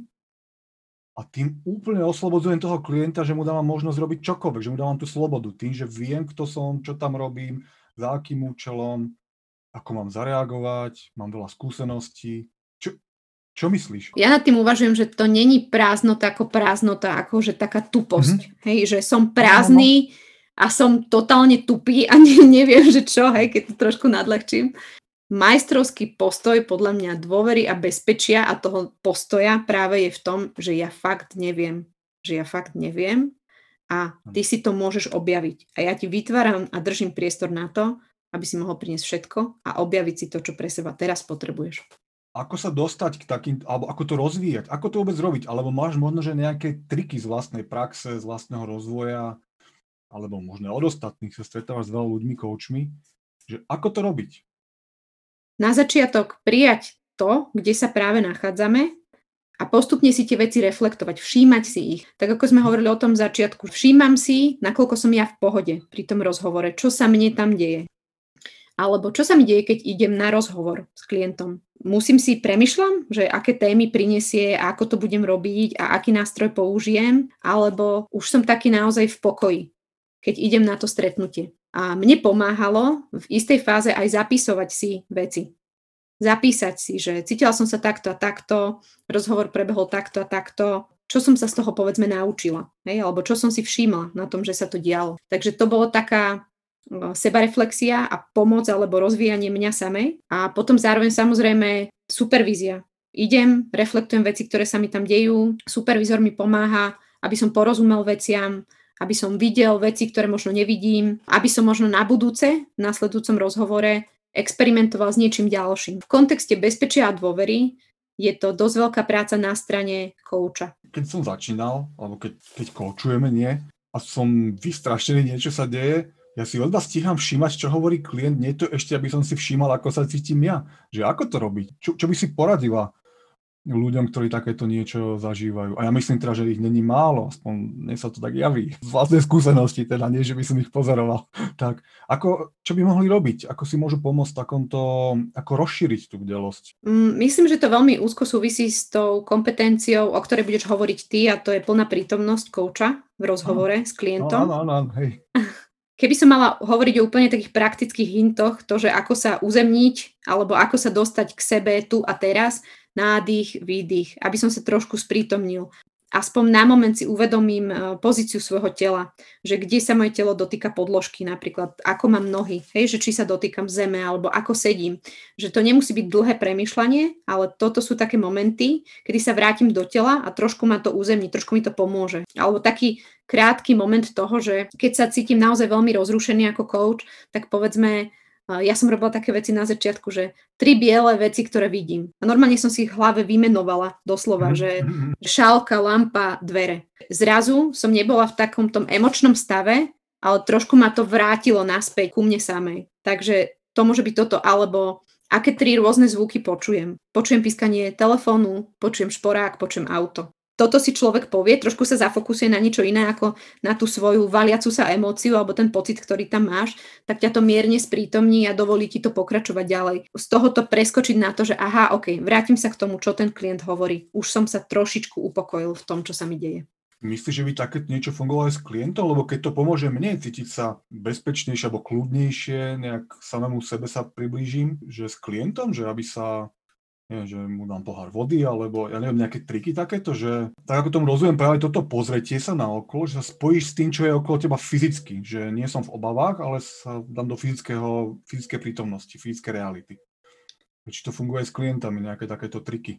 a tým úplne oslobodzujem toho klienta, že mu dávam možnosť robiť čokoľvek, že mu dávam tú slobodu tým, že viem, kto som, čo tam robím, za akým účelom, ako mám zareagovať, mám veľa skúseností. Čo, čo myslíš? Ja nad tým uvažujem, že to není prázdnota ako prázdnota, ako že taká tuposť. Mm-hmm. Hej, že som prázdny a som totálne tupý a ne, neviem, že čo, hej, keď to trošku nadľahčím. Majstrovský postoj podľa mňa dôvery a bezpečia a toho postoja práve je v tom, že ja fakt neviem. Že ja fakt neviem a ty si to môžeš objaviť. A ja ti vytváram a držím priestor na to, aby si mohol priniesť všetko a objaviť si to, čo pre seba teraz potrebuješ. Ako sa dostať k takým, alebo ako to rozvíjať, ako to vôbec robiť, alebo máš možno, že nejaké triky z vlastnej praxe, z vlastného rozvoja, alebo možno od ostatných sa stretávaš s veľa ľuďmi, coachmi, že ako to robiť? Na začiatok prijať to, kde sa práve nachádzame a postupne si tie veci reflektovať, všímať si ich. Tak ako sme hovorili o tom začiatku, všímam si, nakoľko som ja v pohode pri tom rozhovore, čo sa mne tam deje. Alebo čo sa mi deje, keď idem na rozhovor s klientom. Musím si premyšľam, že aké témy prinesie, ako to budem robiť a aký nástroj použijem, alebo už som taký naozaj v pokoji, keď idem na to stretnutie. A mne pomáhalo v istej fáze aj zapisovať si veci. Zapísať si, že cítila som sa takto a takto, rozhovor prebehol takto a takto, čo som sa z toho povedzme naučila, hej? Alebo čo som si všimla na tom, že sa to dialo. Takže to bolo taká sebareflexia a pomoc alebo rozvíjanie mňa samej. A potom zároveň samozrejme supervízia. Idem, reflektujem veci, ktoré sa mi tam dejú, supervízor mi pomáha, aby som porozumel veciam, aby som videl veci, ktoré možno nevidím, aby som možno na budúce, v nasledujúcom rozhovore experimentoval s niečím ďalším. V kontexte bezpečia a dôvery je to dosť veľká práca na strane kouča. Keď som začínal, alebo keď, keď koučujeme, nie, a som vystrašený, niečo sa deje, ja si od vás stíham všímať, čo hovorí klient, nie to ešte, aby som si všímal, ako sa cítim ja. Že ako to robiť? Čo, čo by si poradila ľuďom, ktorí takéto niečo zažívajú? A ja myslím teda, že ich není málo, aspoň mne sa to tak javí. Z vlastnej skúsenosti, teda nie, že by som ich pozoroval. Tak, ako, čo by mohli robiť? Ako si môžu pomôcť takomto, ako rozšíriť tú bdelosť? Myslím, že to veľmi úzko súvisí s tou kompetenciou, o ktorej budeš hovoriť ty, a to je plná prítomnosť kouča v rozhovore no, s klientom. Áno, áno, áno, hej. Keby som mala hovoriť o úplne takých praktických hintoch, to, že ako sa uzemniť, alebo ako sa dostať k sebe tu a teraz, nádych, výdych, aby som sa trošku sprítomnil. Aspoň na moment si uvedomím pozíciu svojho tela, že kde sa moje telo dotýka podložky, napríklad ako mám nohy, hej, že či sa dotýkam zeme, alebo ako sedím. Že to nemusí byť dlhé premýšľanie, ale toto sú také momenty, kedy sa vrátim do tela a trošku ma to uzemní, trošku mi to pomôže. Alebo taký krátky moment toho, že keď sa cítim naozaj veľmi rozrušený ako coach, tak povedzme, ja som robila také veci na začiatku, že tri biele veci, ktoré vidím. A normálne som si ich v hlave vymenovala doslova, že šálka, lampa, dvere. Zrazu som nebola v takom tom emočnom stave, ale trošku ma to vrátilo naspäť ku mne samej. Takže to môže byť toto, alebo aké tri rôzne zvuky počujem. Počujem pískanie telefónu, počujem šporák, počujem auto. Toto si človek povie, trošku sa zafokusuje na niečo iné ako na tú svoju valiacu sa emóciu alebo ten pocit, ktorý tam máš, tak ťa to mierne sprítomní a dovolí ti to pokračovať ďalej. Z tohoto preskočiť na to, že aha, ok, vrátim sa k tomu, čo ten klient hovorí. Už som sa trošičku upokojil v tom, čo sa mi deje. Myslíš, že by také niečo fungovalo aj s klientom? Lebo keď to pomôže mne cítiť sa bezpečnejšie alebo kľudnejšie, nejak samému sebe sa priblížim, že s klientom, že aby sa... Nie, že mu dám pohár vody, alebo ja neviem, nejaké triky takéto, že tak ako tomu rozumiem práve toto pozretie sa na okolo, že sa spojíš s tým, čo je okolo teba fyzicky, že nie som v obavách, ale sa dám do fyzického, fyzickej prítomnosti, fyzické reality. Či to funguje aj s klientami, nejaké takéto triky?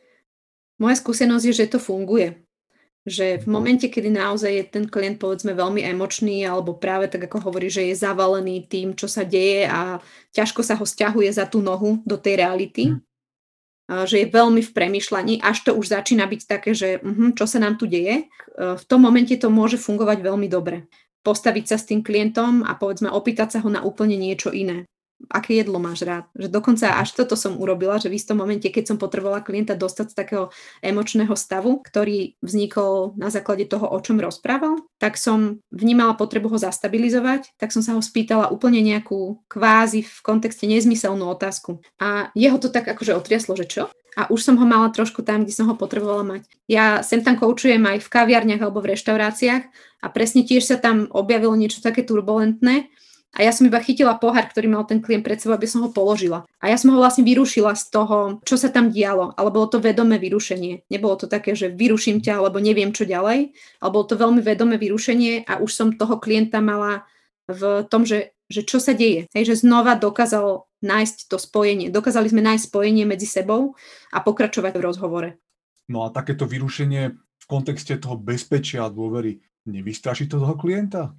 Moja skúsenosť je, že to funguje. Že v momente, kedy naozaj je ten klient povedzme veľmi emočný alebo práve tak ako hovorí, že je zavalený tým, čo sa deje a ťažko sa ho sťahuje za tú nohu do tej reality, hmm. že je veľmi v premýšľaní, až to už začína byť také, že uh, čo sa nám tu deje, v tom momente to môže fungovať veľmi dobre. Postaviť sa s tým klientom a povedzme opýtať sa ho na úplne niečo iné. Aké jedlo máš rád? Že dokonca až toto som urobila, že v istom momente, keď som potrebovala klienta dostať z takého emočného stavu, ktorý vznikol na základe toho, o čom rozprával, tak som vnímala potrebu ho zastabilizovať, tak som sa ho spýtala úplne nejakú kvázi v kontexte nezmyselnú otázku. A jeho to tak akože otriaslo, že čo? A už som ho mala trošku tam, kde som ho potrebovala mať. Ja sem tam koučujem aj v kaviarniach alebo v reštauráciách a presne tiež sa tam objavilo niečo také turbulentné. A ja som iba chytila pohár, ktorý mal ten klient pred sebou, aby som ho položila. A ja som ho vlastne vyrušila z toho, čo sa tam dialo. Ale bolo to vedomé vyrušenie. Nebolo to také, že vyruším ťa, alebo neviem čo ďalej. Ale bolo to veľmi vedomé vyrušenie a už som toho klienta mala v tom, že, že čo sa deje. Hej, že znova dokázal nájsť to spojenie. Dokázali sme nájsť spojenie medzi sebou a pokračovať v rozhovore. No a takéto vyrušenie v kontexte toho bezpečia a dôvery nevystraší to toho klienta?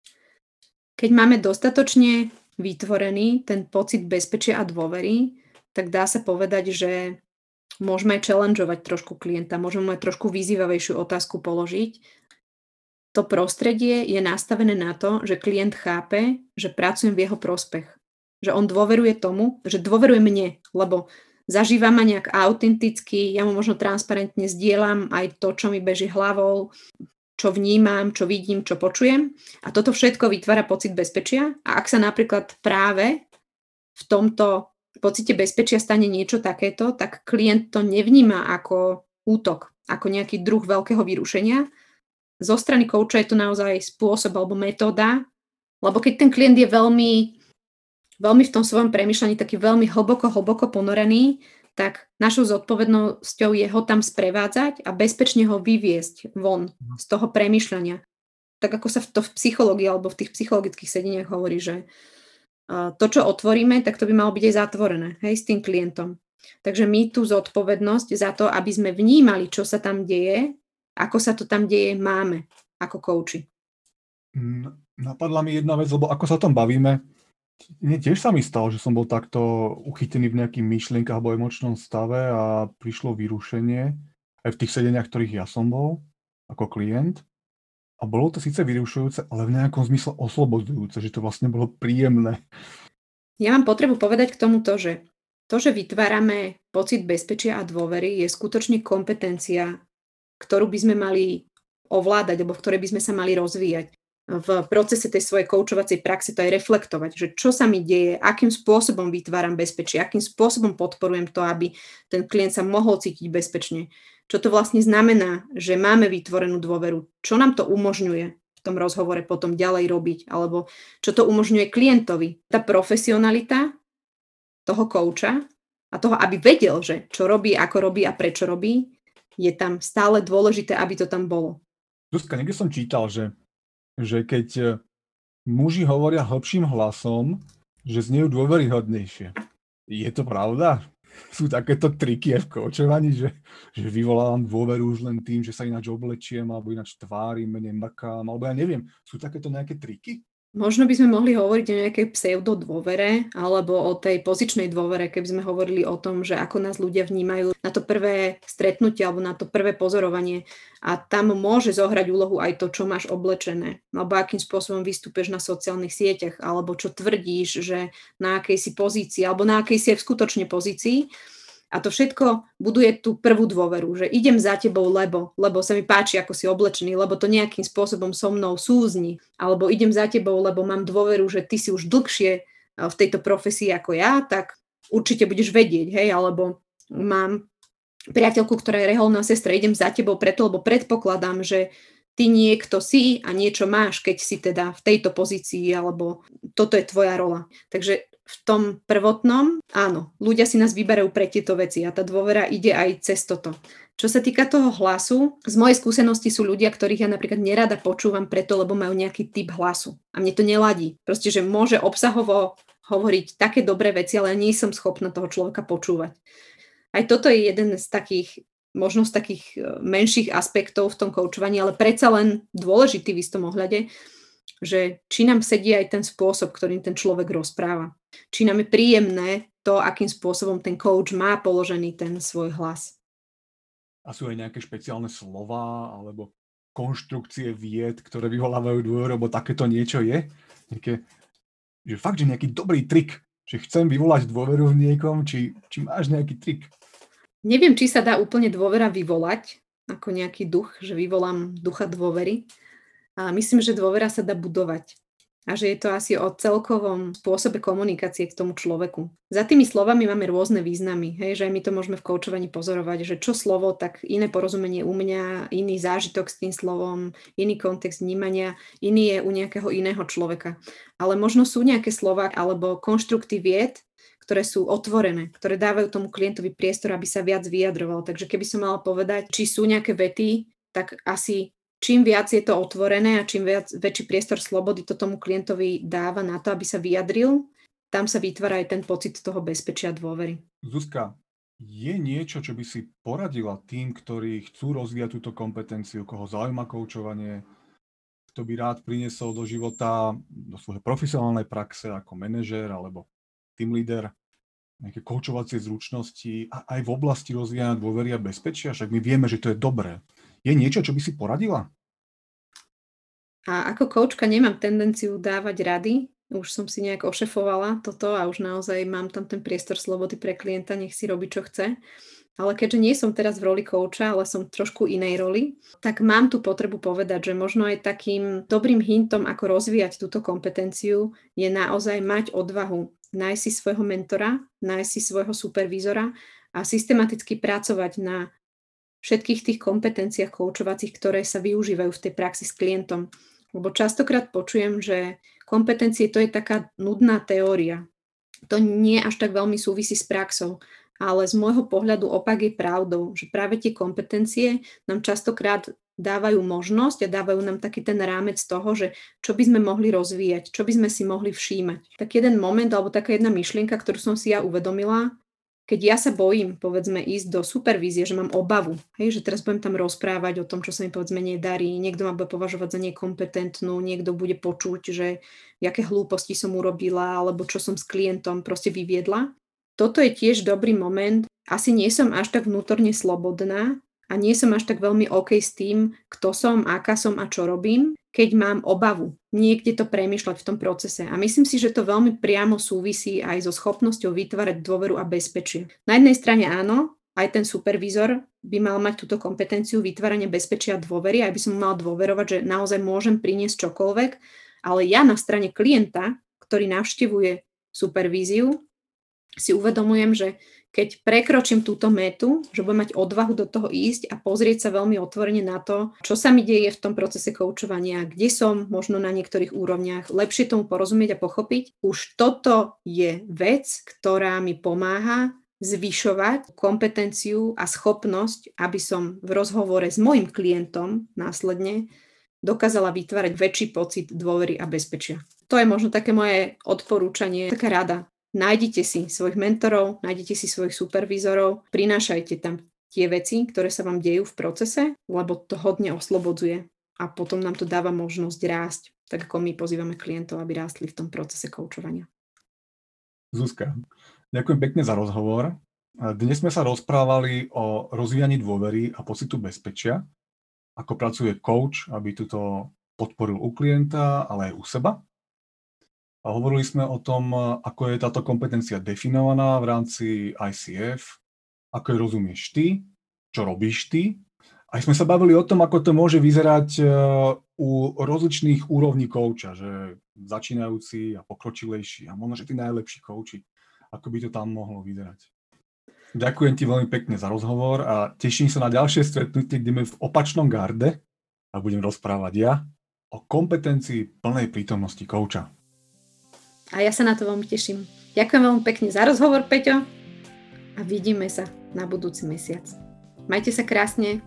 Keď máme dostatočne vytvorený ten pocit bezpečia a dôvery, tak dá sa povedať, že môžeme aj challengeovať trošku klienta, môžeme mať trošku vyzývavejšiu otázku položiť. To prostredie je nastavené na to, že klient chápe, že pracujem v jeho prospech. Že on dôveruje tomu, že dôveruje mne, lebo zažívam ma nejak autenticky, ja mu možno transparentne zdieľam aj to, čo mi beží hlavou, čo vnímam, čo vidím, čo počujem. A toto všetko vytvára pocit bezpečia. A ak sa napríklad práve v tomto pocite bezpečia stane niečo takéto, tak klient to nevníma ako útok, ako nejaký druh veľkého vyrušenia. Zo strany kouča je to naozaj spôsob alebo metóda, lebo keď ten klient je veľmi, veľmi v tom svojom premýšľaní taký veľmi hlboko, hlboko ponorený, tak našou zodpovednosťou je ho tam sprevádzať a bezpečne ho vyviesť von z toho premýšľania. Tak ako sa to v psychológii alebo v tých psychologických sedeniach hovorí, že to, čo otvoríme, tak to by malo byť aj zatvorené, hej, s tým klientom. Takže my tú zodpovednosť za to, aby sme vnímali, čo sa tam deje, ako sa to tam deje, máme ako kouči. Napadla mi jedna vec, lebo ako sa o tom bavíme, nie, tiež sa mi stalo, že som bol takto uchytený v nejakých myšlienkach alebo emočnom stave a prišlo vyrušenie aj v tých sedeniach, ktorých ja som bol ako klient. A bolo to síce vyrušujúce, ale v nejakom zmysle oslobodzujúce, že to vlastne bolo príjemné. Ja mám potrebu povedať k tomu to, že to, že vytvárame pocit bezpečia a dôvery, je skutočne kompetencia, ktorú by sme mali ovládať, alebo v ktorej by sme sa mali rozvíjať. V procese tej svojej koučovacej praxe to aj reflektovať, že čo sa mi deje, akým spôsobom vytváram bezpečie, akým spôsobom podporujem to, aby ten klient sa mohol cítiť bezpečne. Čo to vlastne znamená, že máme vytvorenú dôveru, čo nám to umožňuje v tom rozhovore potom ďalej robiť, alebo čo to umožňuje klientovi. Tá profesionalita toho kouča a toho, aby vedel, že čo robí, ako robí a prečo robí, je tam stále dôležité, aby to tam bolo. Zuzka, niekde som čítal, že že keď muži hovoria hlbším hlasom, že znejú dôveryhodnejšie. Je to pravda? Sú takéto triky aj v koučovaní, že, že vyvolávam dôveru už len tým, že sa ináč oblečiem, alebo ináč tvárim, menej mrkám, alebo ja neviem. Sú takéto nejaké triky? Možno by sme mohli hovoriť o nejakej pseudodôvere alebo o tej pozičnej dôvere, keby sme hovorili o tom, že ako nás ľudia vnímajú na to prvé stretnutie alebo na to prvé pozorovanie. A tam môže zohrať úlohu aj to, čo máš oblečené, alebo akým spôsobom vystúpeš na sociálnych sieťach, alebo čo tvrdíš, že na akej si pozícii, alebo na akej si aj v skutočnej pozícii. A to všetko buduje tú prvú dôveru, že idem za tebou, lebo, lebo sa mi páči, ako si oblečený, lebo to nejakým spôsobom so mnou súzni, alebo idem za tebou, lebo mám dôveru, že ty si už dlhšie v tejto profesii ako ja, tak určite budeš vedieť, hej, alebo mám priateľku, ktorá je reholná sestra, idem za tebou preto, lebo predpokladám, že ty niekto si a niečo máš, keď si teda v tejto pozícii, alebo toto je tvoja rola. Takže v tom prvotnom, áno, ľudia si nás vyberajú pre tieto veci a tá dôvera ide aj cez toto. Čo sa týka toho hlasu, z mojej skúsenosti sú ľudia, ktorých ja napríklad nerada počúvam preto, lebo majú nejaký typ hlasu. A mne to neladí. Proste, že môže obsahovo hovoriť také dobré veci, ale ja nie som schopná toho človeka počúvať. Aj toto je jeden z takých, možno z takých menších aspektov v tom koučovaní, ale predsa len dôležitý v istom ohľade, že či nám sedí aj ten spôsob, ktorým ten človek rozpráva. či nám je príjemné to, akým spôsobom ten coach má položený ten svoj hlas. A sú aj nejaké špeciálne slová alebo konštrukcie vied, ktoré vyvolávajú dôveru, lebo takéto niečo je? Nejaké, že fakt, že nejaký dobrý trik, že chcem vyvolať dôveru v niekom, či, či máš nejaký trik? Neviem, či sa dá úplne dôvera vyvolať, ako nejaký duch, že vyvolám ducha dôvery. Ale myslím, že dôvera sa dá budovať. A že je to asi o celkovom spôsobe komunikácie k tomu človeku. Za tými slovami máme rôzne významy. Hej, že aj my to môžeme v koučovaní pozorovať, že čo slovo, tak iné porozumenie u mňa, iný zážitok s tým slovom, iný kontext vnímania, iný je u nejakého iného človeka. Ale možno sú nejaké slova alebo konštrukty vied, ktoré sú otvorené, ktoré dávajú tomu klientovi priestor, aby sa viac vyjadroval. Takže keby som mala povedať, či sú nejaké vety, tak asi čím viac je to otvorené a čím viac, väčší priestor slobody to tomu klientovi dáva na to, aby sa vyjadril, tam sa vytvára aj ten pocit toho bezpečia a dôvery. Zuzka, je niečo, čo by si poradila tým, ktorí chcú rozvíjať túto kompetenciu, koho zaujíma koučovanie, kto by rád priniesol do života, do svojej profesionálnej praxe ako manažér alebo team leader, nejaké koučovacie zručnosti a aj v oblasti rozvíjania dôvery a bezpečia? Však my vieme, že to je dobré. Je niečo, čo by si poradila? A ako koučka nemám tendenciu dávať rady. Už som si nejak ošefovala toto a už naozaj mám tam ten priestor slobody pre klienta, nech si robí, čo chce. Ale keďže nie som teraz v roli kouča, ale som trošku inej roli, tak mám tu potrebu povedať, že možno aj takým dobrým hintom, ako rozvíjať túto kompetenciu, je naozaj mať odvahu nájsť si svojho mentora, nájsť si svojho supervízora a systematicky pracovať na všetkých tých kompetenciách koučovacích, ktoré sa využívajú v tej praxi s klientom. Lebo častokrát počujem, že kompetencie to je taká nudná teória. To nie až tak veľmi súvisí s praxou, ale z môjho pohľadu opak je pravdou, že práve tie kompetencie nám častokrát dávajú možnosť a dávajú nám taký ten rámec toho, že čo by sme mohli rozvíjať, čo by sme si mohli všímať. Tak jeden moment alebo taká jedna myšlienka, ktorú som si ja uvedomila, keď ja sa bojím, povedzme, ísť do supervízie, že mám obavu, hej, že teraz budem tam rozprávať o tom, čo sa mi, povedzme, nedarí, niekto ma bude považovať za nekompetentnú, niekto bude počuť, že aké hlúposti som urobila, alebo čo som s klientom proste vyviedla. Toto je tiež dobrý moment. Asi nie som až tak vnútorne slobodná a nie som až tak veľmi OK s tým, kto som, aká som a čo robím, keď mám obavu niekde to premýšľať v tom procese. A myslím si, že to veľmi priamo súvisí aj so schopnosťou vytvárať dôveru a bezpečie. Na jednej strane áno, aj ten supervízor by mal mať túto kompetenciu vytvárania bezpečia a dôvery, aj by som mal dôverovať, že naozaj môžem priniesť čokoľvek, ale ja na strane klienta, ktorý navštevuje supervíziu, si uvedomujem, že keď prekročím túto metu, že budem mať odvahu do toho ísť a pozrieť sa veľmi otvorene na to, čo sa mi deje v tom procese koučovania, kde som možno na niektorých úrovniach, lepšie tomu porozumieť a pochopiť. Už toto je vec, ktorá mi pomáha zvyšovať kompetenciu a schopnosť, aby som v rozhovore s mojim klientom následne dokázala vytvárať väčší pocit dôvery a bezpečia. To je možno také moje odporúčanie, taká rada. Nájdite si svojich mentorov, nájdite si svojich supervízorov, prinášajte tam tie veci, ktoré sa vám dejú v procese, lebo to hodne oslobodzuje a potom nám to dáva možnosť rásť, tak ako my pozývame klientov, aby rástli v tom procese koučovania. Zuzka, ďakujem pekne za rozhovor. Dnes sme sa rozprávali o rozvíjaní dôvery a pocitu bezpečia, ako pracuje coach, aby toto podporil u klienta, ale aj u seba. A hovorili sme o tom, ako je táto kompetencia definovaná v rámci í cé ef, ako ju rozumieš ty, čo robíš ty. A sme sa bavili o tom, ako to môže vyzerať u rozličných úrovní kouča, že začínajúci a pokročilejší a možno, že tí najlepší kouči, ako by to tam mohlo vyzerať. Ďakujem ti veľmi pekne za rozhovor a teším sa na ďalšie stretnutie, kde sme v opačnom garde a budem rozprávať ja o kompetencii plnej prítomnosti kouča. A ja sa na to veľmi teším. Ďakujem veľmi pekne za rozhovor, Peťo, a vidíme sa na budúci mesiac. Majte sa krásne.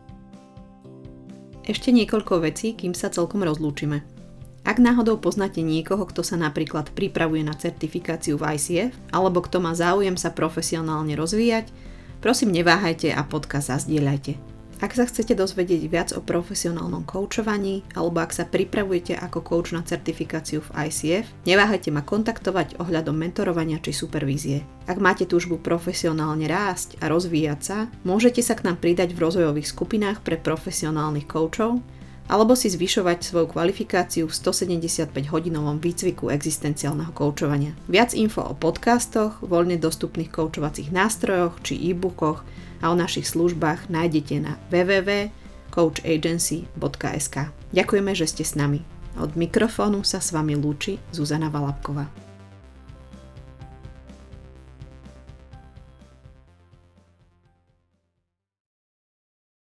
Ešte niekoľko vecí, kým sa celkom rozlúčime. Ak náhodou poznáte niekoho, kto sa napríklad pripravuje na certifikáciu v í cé ef, alebo kto má záujem sa profesionálne rozvíjať, prosím neváhajte a podcast zazdieľajte. Ak sa chcete dozvedieť viac o profesionálnom koučovaní alebo ak sa pripravujete ako kouč na certifikáciu v í cé ef, neváhajte ma kontaktovať ohľadom mentorovania či supervízie. Ak máte túžbu profesionálne rásť a rozvíjať sa, môžete sa k nám pridať v rozvojových skupinách pre profesionálnych koučov alebo si zvyšovať svoju kvalifikáciu v stosedemdesiatpäť hodinovom výcviku existenciálneho koučovania. Viac info o podcastoch, voľne dostupných koučovacích nástrojoch či e-bookoch a o našich službách nájdete na w w w bodka coach agency bodka es ka. Ďakujeme, že ste s nami. Od mikrofónu sa s vami lúči Zuzana Valabková.